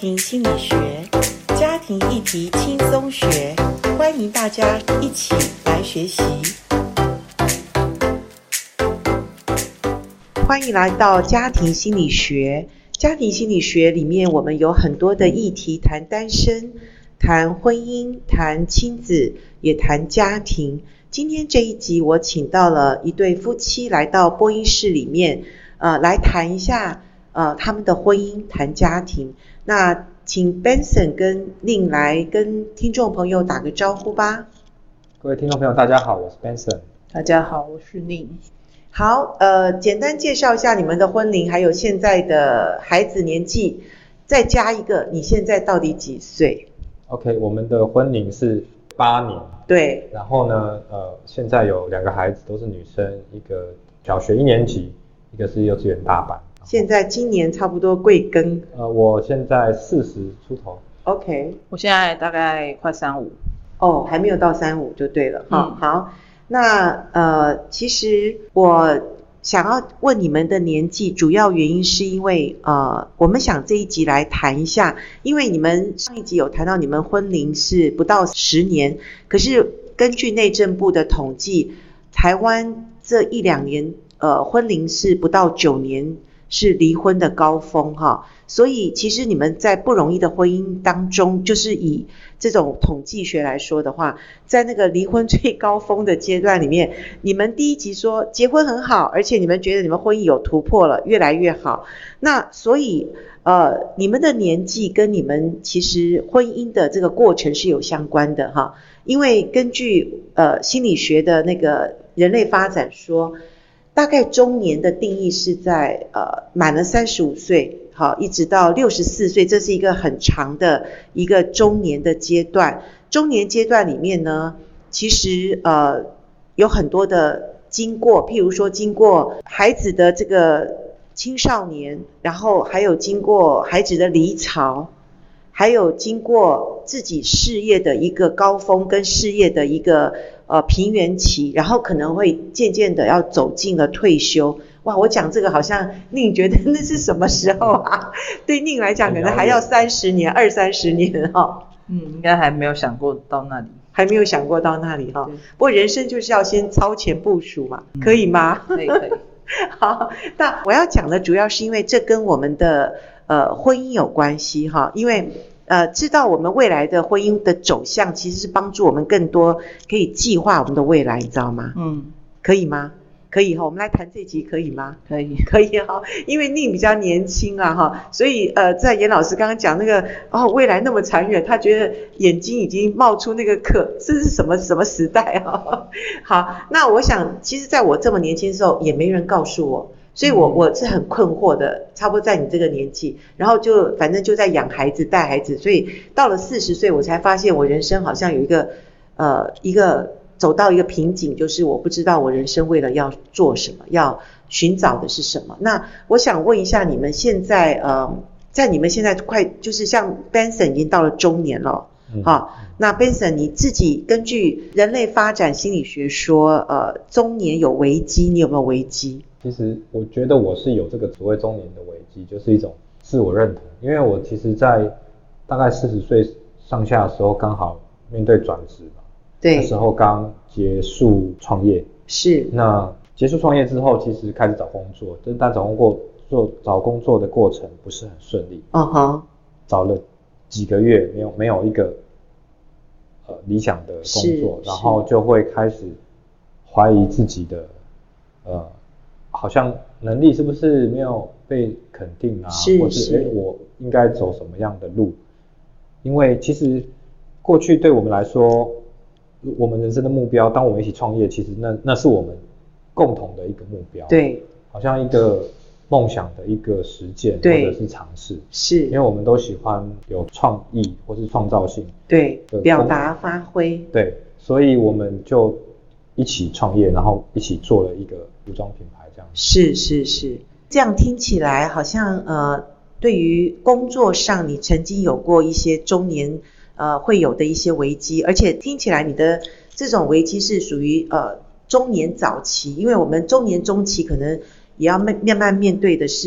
庭心理学，家庭议题轻松学，欢迎大家一起来学习。欢迎来到家庭心理学。家庭心理学里面，我们有很多的议题，谈单身，谈婚姻，谈亲子，也谈家庭。今天这一集，我请到了一对夫妻来到播音室里面，来谈一下他们的婚姻，谈家庭。那请 Benson 跟Ning 来跟听众朋友打个招呼吧。 各位听众朋友，大家好，我是 Benson。 大家好，我是 Ning。 好，简单介绍一下你们的婚龄，还有现在的孩子年纪，再加一个，你现在到底几岁 ？OK， 我们的婚龄是8年。 对。 然后呢，现在有2个孩子，都是女生，一个小学1年级，一个是幼稚园大班。 现在今年差不多贵庚？ 我现在40出头。 OK， 我现在大概快35。 哦，还没有到35就对了。好，那其实我想要问你们的年纪，主要原因是因为我们想这一集来谈一下，因为你们上一集有谈到你们婚龄是不到10年，可是根据内政部的统计，台湾这1-2年婚龄是不到9年。是离婚的高峰哈，所以其实你们在不容易的婚姻当中，就是以这种统计学来说的话，在那个离婚最高峰的阶段里面，你们第一集说结婚很好，而且你们觉得你们婚姻有突破了，越来越好。那所以你们的年纪跟你们其实婚姻的这个过程是有相关的哈，因为根据心理学的那个人类发展说。大概中年的定义是在满了35岁，好，一直到64岁，这是一个很长的一个中年的阶段。中年阶段里面呢，其实有很多的经过，譬如说经过孩子的这个青少年，然后还有经过孩子的离巢，还有经过自己事业的一个高峰跟事业的一个平原期，然后可能会渐渐的要走进了退休。哇，我讲这个好像Ning觉得那是什么时候啊？对Ning来讲可能还要30年20-30年哈。 应该还没有想过到那里。 还没有想过到那里哈。不过人生就是要先超前部署嘛，可以吗？ 可以。 好，那我要讲的主要是因为这跟我们的婚姻有关系哈，因为知道我们未来的婚姻的走向，其实是帮助我们更多可以计划我们的未来，你知道吗？可以吗？可以哈，我们来谈这集可以吗？ 可以哈，因为Ning比较年轻啊哈，所以在严老师刚刚讲那个未来那么长远，他觉得眼睛已经冒出那个这是什么时代啊？好，那我想其实在我这么年轻的时候也没人告诉我。所以我是很困惑的，差不多在你这个年纪，然后就反正就在养孩子带孩子，所以到了40岁我才发现我人生好像有一个走到一个瓶颈，就是我不知道我人生为了要做什么，要寻找的是什么。那我想问一下你们现在在你们现在快就是像 Benson 已经到了中年了那 Benson 你自己根据人类发展心理学说中年有危机，你有没有危机？ 其实我觉得我是有这个所谓中年的危机，就是一种自我认同。因为我其实在大概40岁上下的时候，刚好面对转职嘛，对，那时候刚结束创业，是。那结束创业之后，其实开始找工作，但找工作的过程不是很顺利，找了几个月没有一个理想的工作，然后就会开始怀疑自己的好像能力是不是没有被肯定啊，或是我应该走什么样的路？因为其实过去对我们来说，我们人生的目标，当我们一起创业，其实那是我们共同的一个目标，对，好像一个梦想的一个实践或者是尝试，是因为我们都喜欢有创意或是创造性，对，表达发挥，对，所以我们就一起创业，然后一起做了一个服装品牌。是，这样听起来好像对于工作上你曾经有过一些中年会有的一些危机，而且听起来你的这种危机是属于中年早期，因为我们中年中期可能也要慢慢面对的是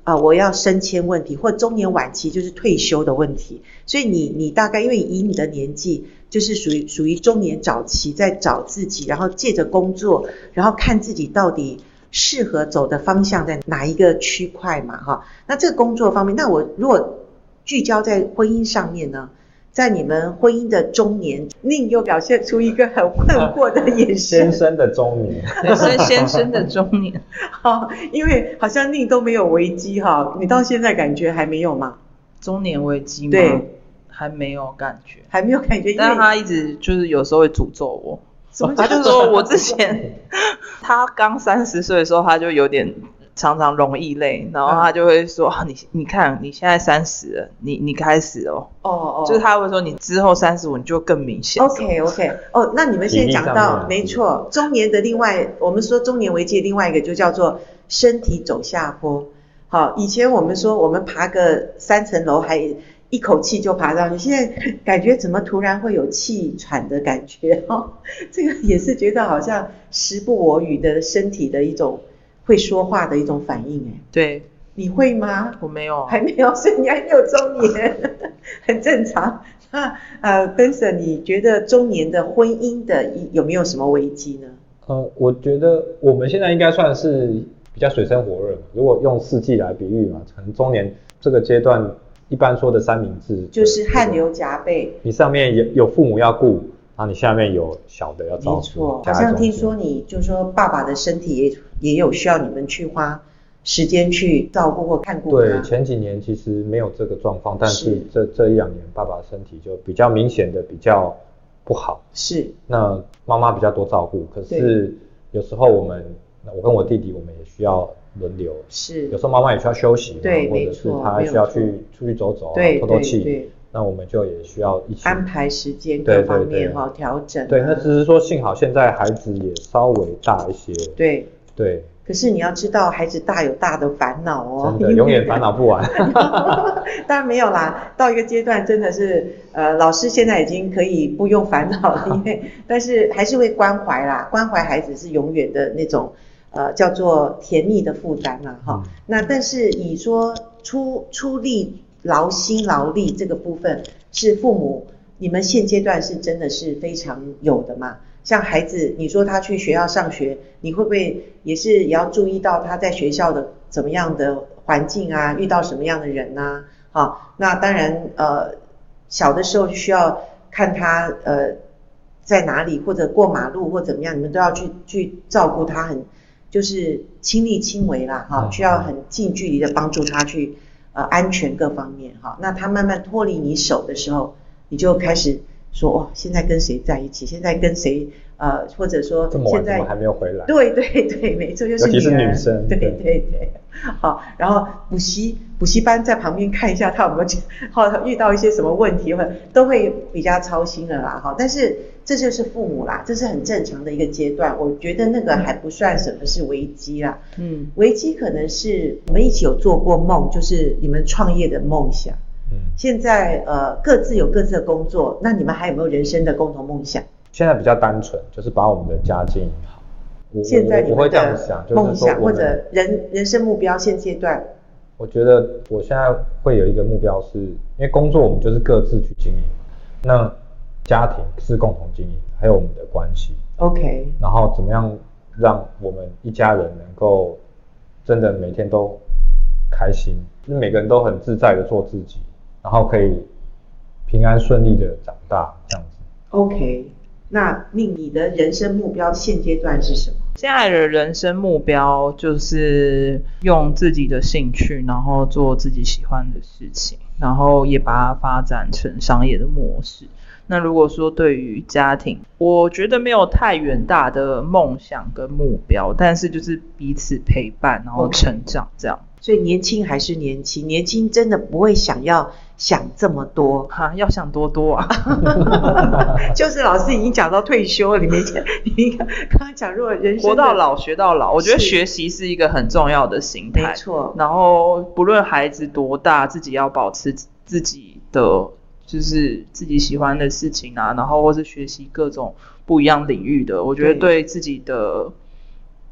我要升迁问题，或中年晚期就是退休的问题。所以你大概因为以你的年纪，就是属于中年早期，在找自己，然后借着工作，然后看自己到底适合走的方向在哪一个区块嘛哈。那这个工作方面，那我如果聚焦在婚姻上面呢？在你们婚姻的中年，宁又表现出一个很困惑的眼神。 先生的中年， 先生的中年。 因为好像宁都没有危机哈，你到现在感觉还没有吗？ 中年危机吗？ 对， 还没有感觉， 还没有感觉。 但他一直就是有时候会诅咒我。他就说我之前，他刚30岁的时候，他就有点。常常容易累，然后他就会说：你看你现在30了，你开始哦，就是他会说你之后35你就更明显。 OK， 那你们现在讲到没错，中年的另外，我们说中年危机的另外一个就叫做身体走下坡。好，以前我们说我们爬个3层楼还一口气就爬上去，现在感觉怎么突然会有气喘的感觉这个也是觉得好像时不我与的身体的一种。会说话的一种反应对， 你会吗？ 我没有， 还没有，所以你还没有中年，很正常。那Benson， 你觉得中年的婚姻的有没有什么危机呢？ 我觉得我们现在应该算是比较水深火热。如果用4季来比喻嘛，可能中年这个阶段，一般说的3明治， 就是汗流浃背。 你上面有父母要顾。然后你下面有小的要照顾， 没错，好像听说你就说爸爸的身体也有需要你们去花时间去照顾或看顾他。 对，前几年其实没有这个状况，但是这1-2年爸爸身体就比较明显的比较不好。 是。 那妈妈比较多照顾，可是有时候我跟我弟弟我们也需要轮流。 是。 有时候妈妈也需要休息， 对， 或者是她需要出去走走，透透气。那我们就也需要一起安排时间各方面调整。 对，那只是说幸好现在孩子也稍微大一些。对。 可是你要知道，孩子大有大的烦恼真的永远烦恼不完。 当然没有啦，到一个阶段真的是老师现在已经可以不用烦恼了，但是还是会关怀啦，关怀孩子是永远的那种叫做甜蜜的负担啦哈。那但是你说出力。劳心劳力这个部分是父母，你们现阶段是真的是非常有的嘛？像孩子，你说他去学校上学，你会不会也要注意到他在学校的怎么样的环境啊，遇到什么样的人啊？好，那当然小的时候就需要看他在哪里，或者过马路或怎么样，你们都要去照顾他，很就是亲力亲为啦哈，需要很近距离的帮助他去。安全各方面哈，那他慢慢脱离你手的时候，你就开始说现在跟谁在一起，现在跟谁或者说这么晚怎么还没有回来？ 对，没错，就是尤其是女生。 对，好，然后补习班在旁边看一下他有没有遇到一些什么问题，都会比较操心了啦哈。但是这就是父母啦，这是很正常的一个阶段，我觉得那个还不算什么是危机啦。危机可能是我们一起有做过梦，就是你们创业的梦想。现在各自有各自的工作，那你们还有没有人生的共同梦想？ 现在比较单纯，就是把我们的家经营好。 现在你们的梦想或者人生目标现阶段？ 我觉得我现在会有一个目标是，因为工作我们就是各自去经营，那家庭是共同经营，还有我们的关系。 OK。 然后怎么样让我们一家人能够真的每天都开心，就是每个人都很自在的做自己，然后可以平安顺利的长大这样子。 OK。那你的人生目标现阶段是什么？ 现在的人生目标就是用自己的兴趣，然后做自己喜欢的事情，然后也把它发展成商业的模式。那如果说对于家庭，我觉得没有太远大的梦想跟目标，但是就是彼此陪伴，然后成长这样。 所以年轻还是年轻，年轻真的不会想这么多要想多啊。 就是老师已经讲到退休了，你刚刚讲如果人生活到老学到老，我觉得学习是一个很重要的心态。 没错。 然后不论孩子多大，自己要保持自己的就是自己喜欢的事情啊，然后或是学习各种不一样领域的，我觉得对自己的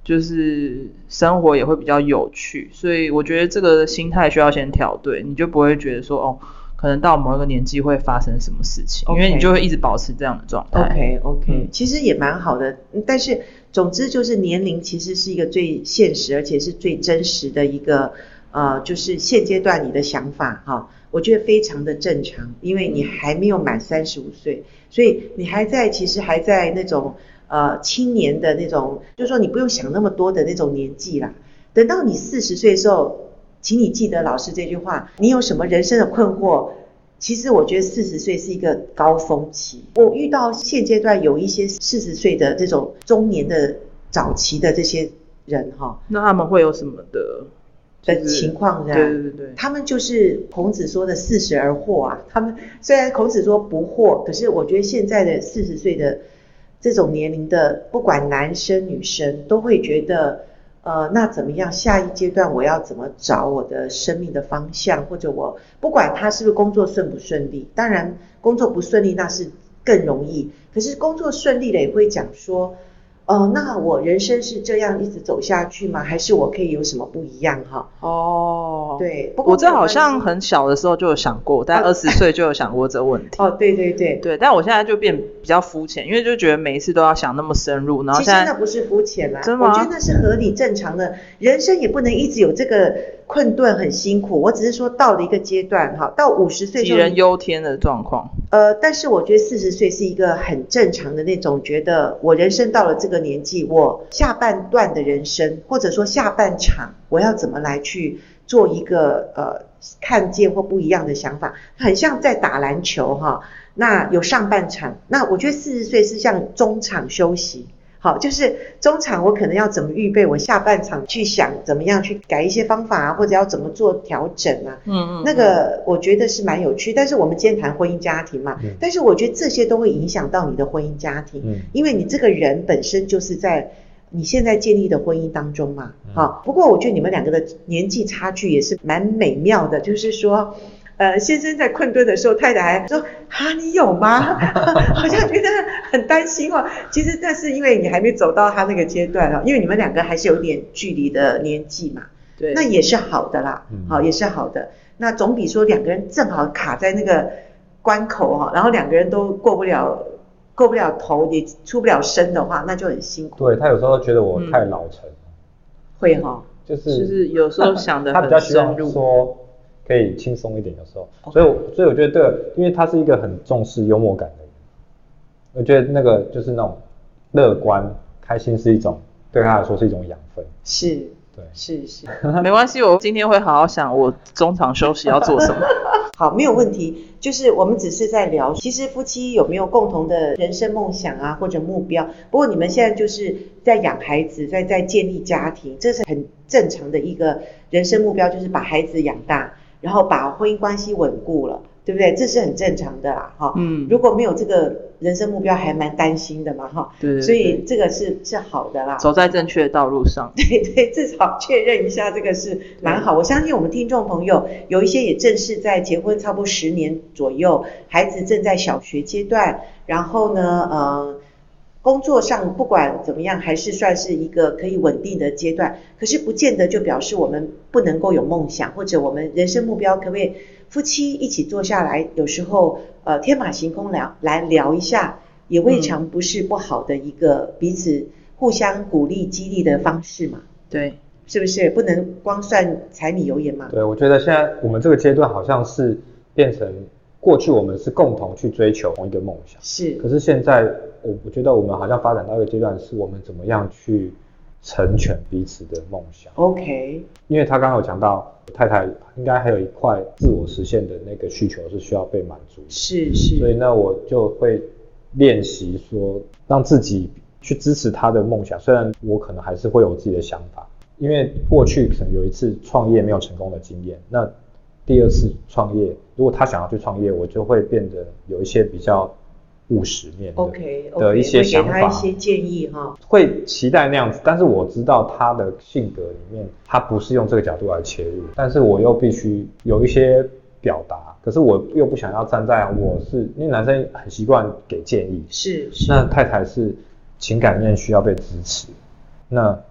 就是生活也会比较有趣，所以我觉得这个心态需要先调对，你就不会觉得说哦，可能到某一个年纪会发生什么事情，因为你就会一直保持这样的状态。 OK，其实也蛮好的，但是总之就是年龄其实是一个最现实而且是最真实的一个就是现阶段你的想法哈，我觉得非常的正常，因为你还没有满35岁，所以你其实还在那种青年的那种，就是说你不用想那么多的那种年纪啦。等到你40岁的时候，请你记得老师这句话，你有什么人生的困惑，其实我觉得40岁是一个高峰期。我遇到现阶段有一些40岁的这种中年的早期的这些人哈， 那他们会有什么的情况呢？ 对， 他们就是孔子说的40而惑啊。他们虽然孔子说不惑，可是我觉得现在的40岁的这种年龄的，不管男生女生，都会觉得那怎么样？下一阶段我要怎么找我的生命的方向？或者我不管他是不是工作顺不顺利，当然工作不顺利那是更容易，可是工作顺利了也会讲说那我人生是这样一直走下去吗？还是我可以有什么不一样哈？对，不过我这好像很小的时候就有想过，大概20岁就有想过这个问题。 对， 但我现在就变比较肤浅，因为就觉得每一次都要想那么深入，然后现在其实那不是肤浅啦， 真的吗？ 我觉得那是合理正常的，人生也不能一直有这个困顿很辛苦。我只是说到了一个阶段哈，到50岁杞人忧天的状况。 但是我觉得40岁是一个很正常的那种，觉得我人生到了这个年纪，我下半段的人生或者说下半场，我要怎么来去做一个看见或不一样的想法，很像在打篮球哈。那有上半场，那我觉得40岁是像中场休息。好，就是中场我可能要怎么预备，我下半场去想怎么样去改一些方法啊，或者要怎么做调整啊。那个我觉得是蛮有趣。但是我们今天谈婚姻家庭嘛，但是我觉得这些都会影响到你的婚姻家庭，因为你这个人本身就是在你现在建立的婚姻当中嘛。好，不过我觉得你们两个的年纪差距也是蛮美妙的，就是说先生在困顿的时候，太太还说你有吗？好像觉得很担心哦。其实那是因为你还没走到他那个阶段因为你们两个还是有点距离的年纪嘛。 对， 那也是好的啦。好，也是好的。那总比说两个人正好卡在那个关口然后两个人都过不了头，也出不了身的话，那就很辛苦。 对，他有时候觉得我太老成。 会就是有时候想的他比较希望说可以轻松一点，有时候，所以我觉得对，因为他是一个很重视幽默感的人，我觉得那个就是那种乐观、开心是一种对他来说是一种养分。 是， 对， 是， 没关系，我今天会好好想我中场休息要做什么。 好，没有问题。就是我们只是在聊，其实夫妻有没有共同的人生梦想啊，或者目标？不过你们现在就是在养孩子，在建立家庭，这是很正常的一个人生目标，就是把孩子养大。然后把婚姻关系稳固了，对不对？这是很正常的啦，如果没有这个人生目标，还蛮担心的嘛，哈。 对， 所以这个是好的啦， 走在正确的道路上。 对，至少确认一下这个是蛮好。我相信我们听众朋友有一些也正是在结婚差不多10年左右，孩子正在小学阶段，然后呢，工作上不管怎么样，还是算是一个可以稳定的阶段，可是不见得就表示我们不能够有梦想，或者我们人生目标可不可以夫妻一起坐下来，有时候天马行空来聊一下，也未尝不是不好的一个彼此互相鼓励激励的方式嘛。 对， 是不是不能光算柴米油盐嘛？ 对，我觉得现在我们这个阶段好像是变成过去我们是共同去追求同一个梦想， 是， 可是现在我觉得我们好像发展到一个阶段，是我们怎么样去成全彼此的梦想。 OK， 因为他刚刚有讲到太太应该还有一块自我实现的那个需求是需要被满足， 是， 所以呢我就会练习说让自己去支持他的梦想，虽然我可能还是会有自己的想法，因为过去可能有一次创业没有成功的经验，那第二次创业如果他想要去创业，我就会变得有一些比较务实面的一些想法， 会给他一些建议哈， 会期待那样子，但是我知道他的性格里面他不是用这个角度来切入，但是我又必须有一些表达，可是我又不想要站在因为男生很习惯给建议， 是， 那太太是情感面需要被支持，那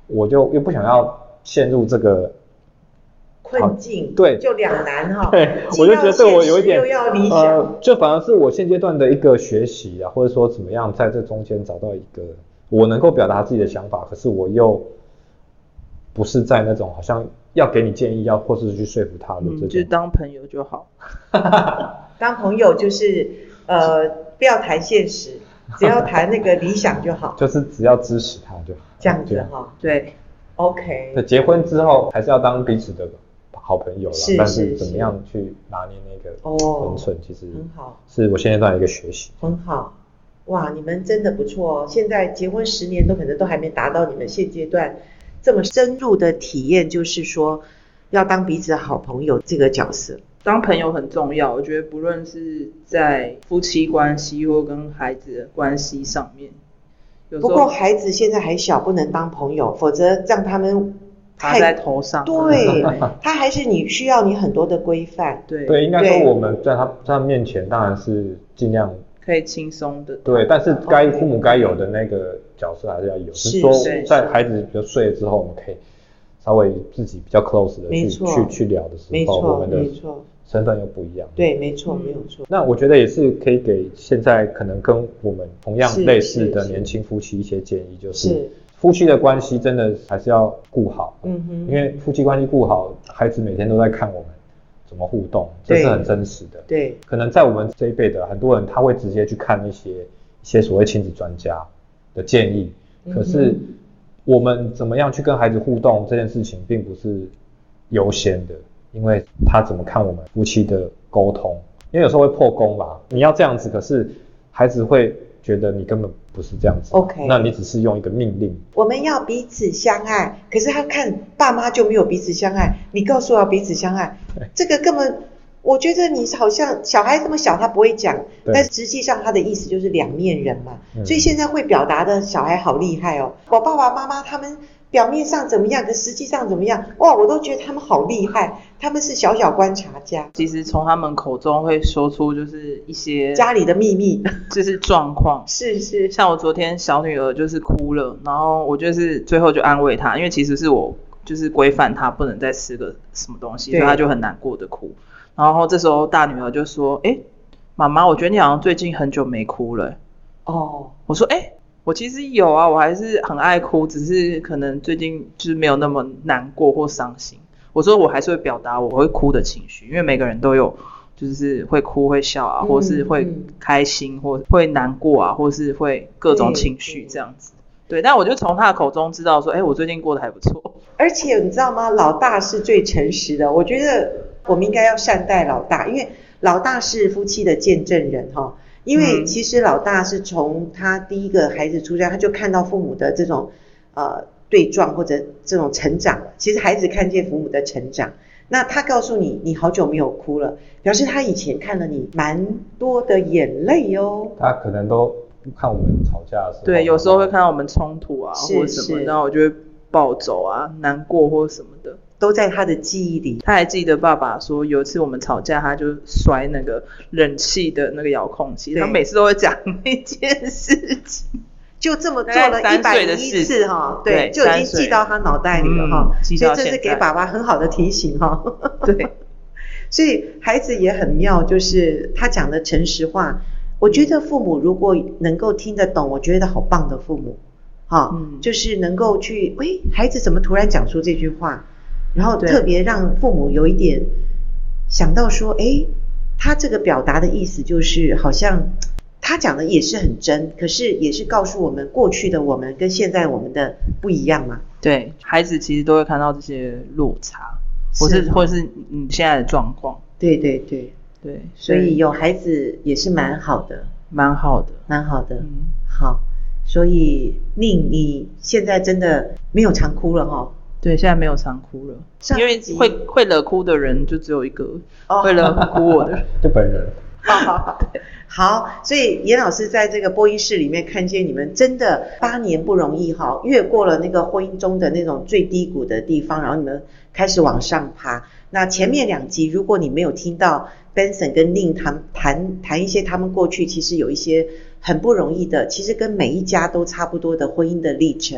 我就又不想要陷入这个困境， 对， 就两难哈。 对，我就觉得对我有一点又要理想， 就反而是我现阶段的一个学习啊，或者说怎么样在这中间找到一个我能够表达自己的想法，可是我又不是在那种好像要给你建议，或是去说服他的这种， 就是当朋友就好。 当朋友就是不要谈现实，只要谈那个理想就好， 就是只要支持他就好， 这样子哈。 对 ，OK。 那结婚之后还是要当彼此的好朋友啦，但是怎么样去拿捏那个分寸，其实很好， 是我现阶段的一个学习。 很好，哇，你们真的不错哦！现在结婚10年都可能都还没达到你们现阶段这么深入的体验，就是说要当彼此的好朋友这个角色。 当朋友很重要，我觉得不论是在夫妻关系或跟孩子的关系上面。 不过孩子现在还小，不能当朋友，否则让他们爬在头上。 对，他还是需要你很多的规范。 对，应该说我们在他面前当然是尽量可以轻松的。 对，但是父母该有的那个角色还是要有。是说在孩子比较睡了之后，我们可以稍微自己比较 close 的去聊的时候，我们的身份又不一样。 对，没错，没有错。 那我觉得也是可以给现在可能跟我们同样类似的年轻夫妻一些建议，就是夫妻的关系真的还是要顾好。因为夫妻关系顾好，孩子每天都在看我们怎么互动，这是很真实的。 对， 可能在我们这一辈的很多人，他会直接去看一些所谓亲子专家的建议，可是我们怎么样去跟孩子互动这件事情并不是优先的，因为他怎么看我们夫妻的沟通，因为有时候会破功嘛，你要这样子，可是孩子会觉得你根本不是这样子 ，OK， 那你只是用一个命令。 我们要彼此相爱，可是他看爸妈就没有彼此相爱，你告诉我要彼此相爱，这个根本，我觉得你好像小孩这么小他不会讲，但实际上他的意思就是两面人嘛，所以现在会表达的小孩好厉害哦，我爸爸妈妈他们表面上怎么样，可实际上怎么样，哇，我都觉得他们好厉害，他们是小小观察家。 其实从他们口中会说出就是一些家里的秘密， 就是状况。 是， 像我昨天小女儿就是哭了，然后我就是最后就安慰她，因为其实是我就是规范她不能再吃个什么东西，所以她就很难过的哭。然后这时候大女儿就说：“妈妈，我觉得你好像最近很久没哭了。”哦，我说：“我其实有啊，我还是很爱哭，只是可能最近就是没有那么难过或伤心。”我说我还是会表达我会哭的情绪，因为每个人都有就是会哭会笑啊，或是会开心或会难过啊，或是会各种情绪这样子。对，但我就从他的口中知道说，我最近过得还不错。 而且你知道吗？老大是最诚实的，我觉得我们应该要善待老大，因为老大是夫妻的见证人哈。因为其实老大是从他第一个孩子出生，他就看到父母的这种对撞或者这种成长，其实孩子看见父母的成长，那他告诉你你好久没有哭了，表示他以前看了你蛮多的眼泪哦。 他可能都看我们吵架的时候， 对，有时候会看到我们冲突啊或者什么，然后我就会暴走啊难过或什么的， 都在他的记忆里。 他还记得爸爸说有一次我们吵架，他就摔那个冷气的那个遥控器，他每次都会讲那件事情， 就这么做了101次哈，对，就已经记到他脑袋里了哈，所以这是给爸爸很好的提醒哈。对，所以孩子也很妙，就是他讲的诚实话，我觉得父母如果能够听得懂，我觉得好棒的父母，就是能够去，孩子怎么突然讲出这句话，然后特别让父母有一点想到说，他这个表达的意思就是好像。他讲的也是很真，可是也是告诉我们过去的我们跟现在我们的不一样嘛。 对，孩子其实都会看到这些落差，或是你现在的状况。 对，所以有孩子也是蛮好的，蛮好的。好，所以宁你现在真的没有常哭了哈。 对，现在没有常哭了，因为会惹哭的人就只有一个，会惹哭我的人就本人。 好，所以严老师在这个播音室里面看见你们真的8年不容易哈，越过了那个婚姻中的那种最低谷的地方，然后你们开始往上爬。那前面2集如果你没有听到 Benson 跟 Ning 谈一些他们过去其实有一些很不容易的，其实跟每一家都差不多的婚姻的历程，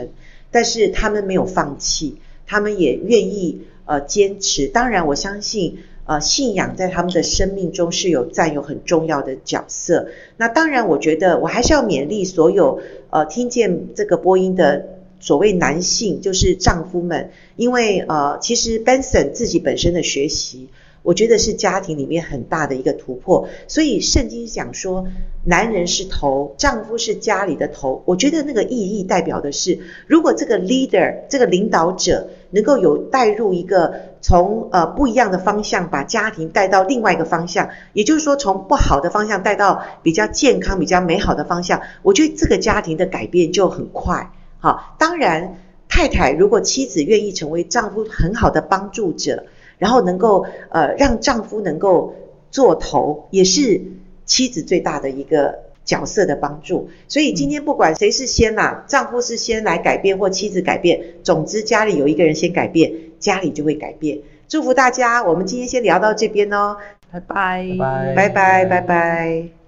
但是他们没有放弃，他们也愿意坚持。当然我相信信仰在他们的生命中是占有很重要的角色。那当然我觉得我还是要勉励所有听见这个播音的所谓男性，就是丈夫们，因为其实 Benson 自己本身的学习，我觉得是家庭里面很大的一个突破。所以圣经讲说男人是头，丈夫是家里的头，我觉得那个意义代表的是，如果这个 leader 这个领导者能够有带入一个从不一样的方向把家庭带到另外一个方向，也就是说从不好的方向带到比较健康比较美好的方向，我觉得这个家庭的改变就很快。好，当然太太如果妻子愿意成为丈夫很好的帮助者，然后能够让丈夫能够做头，也是妻子最大的一个角色的帮助。所以今天不管谁是先丈夫是先来改变或妻子改变，总之家里有一个人先改变，家里就会改变。祝福大家，我们今天先聊到这边哦， 拜拜， 拜拜，拜拜。